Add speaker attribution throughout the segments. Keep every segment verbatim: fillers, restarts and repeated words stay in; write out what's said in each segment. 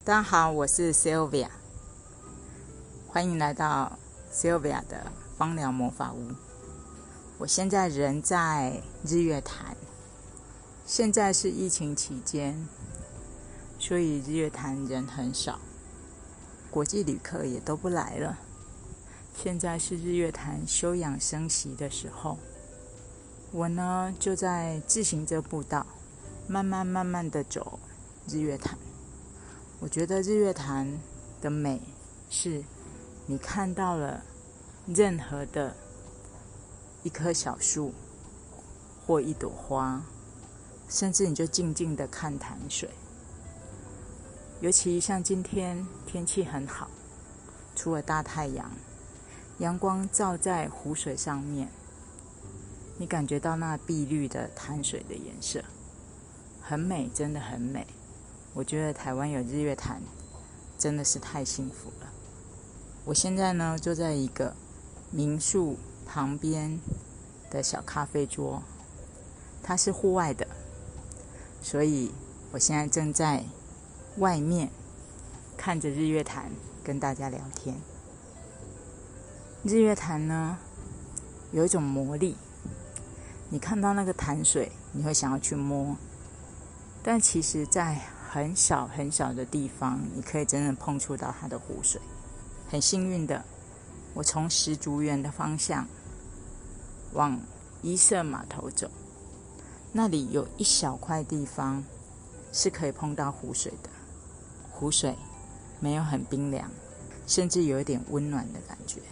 Speaker 1: 大家好，我是 Sylvia， 欢迎来到 Sylvia 的芳疗魔法屋。我现在人在日月潭，现在是疫情期间，所以日月潭人很少，国际旅客也都不来了。现在是日月潭休养生息的时候，我呢就在自行车步道慢慢慢慢的走日月潭。我觉得日月潭的美是你看到了任何的一棵小树或一朵花，甚至你就静静的看潭水。尤其像今天天气很好，除了大太阳，阳光照在湖水上面，你感觉到那碧绿的潭水的颜色很美，真的很美。我觉得台湾有日月潭真的是太幸福了。我现在呢就在一个民宿旁边的小咖啡桌，它是户外的，所以我现在正在外面看着日月潭跟大家聊天。日月潭呢有一种魔力，你看到那个潭水你会想要去摸，但其实在很小很小的地方你可以真正碰触到它的湖水。很幸运的，我从石竹园的方向往一色码头走，那里有一小块地方是可以碰到湖水的，湖水没有很冰凉，甚至有一点温暖的感觉。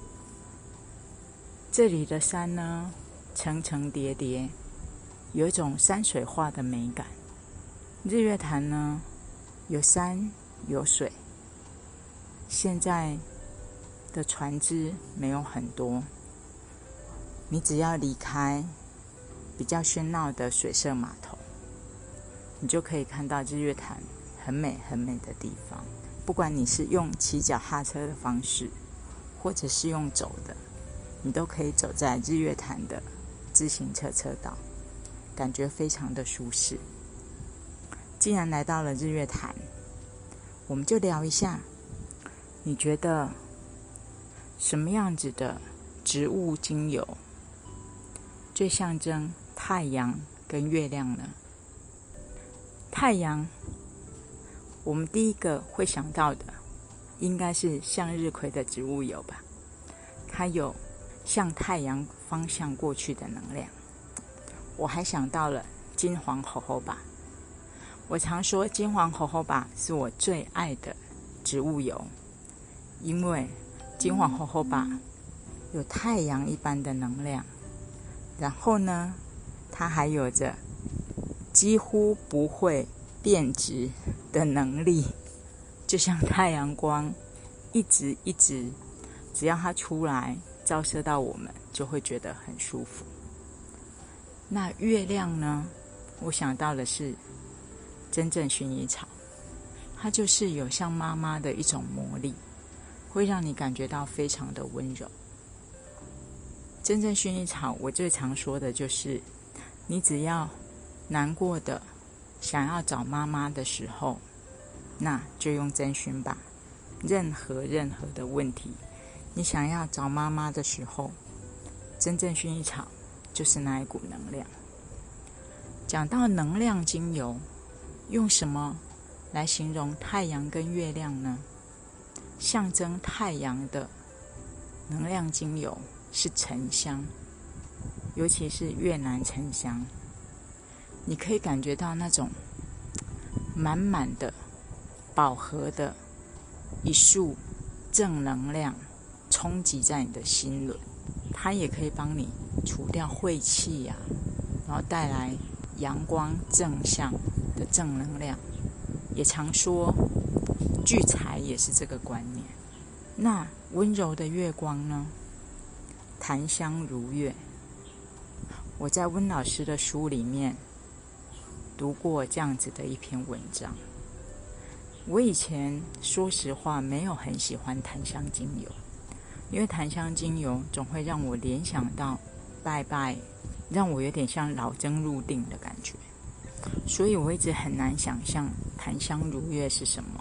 Speaker 1: 这里的山呢层层叠叠，有一种山水画的美感。日月潭呢有山有水，现在的船只没有很多，你只要离开比较喧闹的水社码头，你就可以看到日月潭很美很美的地方。不管你是用骑脚踏车的方式，或者是用走的，你都可以走在日月潭的自行车车道，感觉非常的舒适。既然来到了日月潭，我们就聊一下，你觉得什么样子的植物精油最象征太阳跟月亮呢？太阳，我们第一个会想到的应该是向日葵的植物油吧，它有向太阳方向过去的能量。我还想到了金黄猴猴吧，我常说金黄猴猴吧是我最爱的植物油，因为金黄猴猴吧有太阳一般的能量，然后呢它还有着几乎不会变质的能力，就像太阳光一直一直，只要它出来照射到我们就会觉得很舒服。那月亮呢，我想到的是真正薰衣草，它就是有像妈妈的一种魔力，会让你感觉到非常的温柔。真正薰衣草我最常说的就是，你只要难过的想要找妈妈的时候，那就用真薰吧。任何任何的问题，你想要找妈妈的时候，真正薰衣草就是那一股能量。讲到能量精油，用什么来形容太阳跟月亮呢？象征太阳的能量精油是沉香，尤其是越南沉香，你可以感觉到那种满满的饱和的一束正能量冲击在你的心轮，它也可以帮你除掉晦气呀、啊，然后带来阳光正向的正能量。也常说聚财也是这个观念。那温柔的月光呢？檀香如月。我在温老师的书里面读过这样子的一篇文章。我以前说实话没有很喜欢檀香精油，因为檀香精油总会让我联想到拜拜，让我有点像老僧入定的感觉，所以我一直很难想象檀香如月是什么。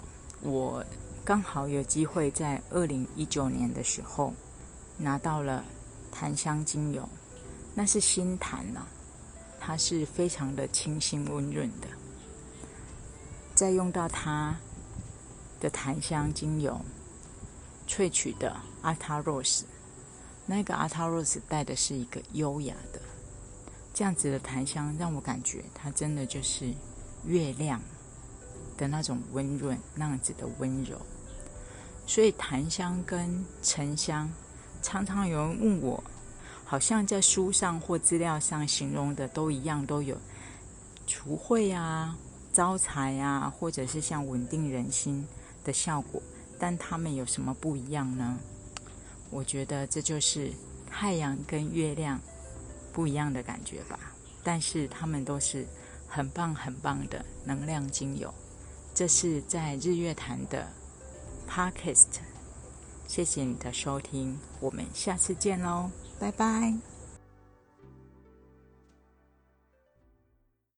Speaker 1: 我刚好有机会在二零一九年的时候拿到了檀香精油，那是新檀啊，它是非常的清新温润的。再用到它的檀香精油萃取的阿塔 rose， 那个阿塔 rose 带的是一个优雅的这样子的檀香，让我感觉它真的就是月亮的那种温润，那样子的温柔。所以檀香跟沉香，常常有人问我，好像在书上或资料上形容的都一样，都有除秽啊、招财啊，或者是像稳定人心的效果，但它们有什么不一样呢？我觉得这就是太阳跟月亮不一样的感觉吧，但是它们都是很棒很棒的能量精油。这是在日月潭的 Podcast， 谢谢你的收听，我们下次见咯，拜拜。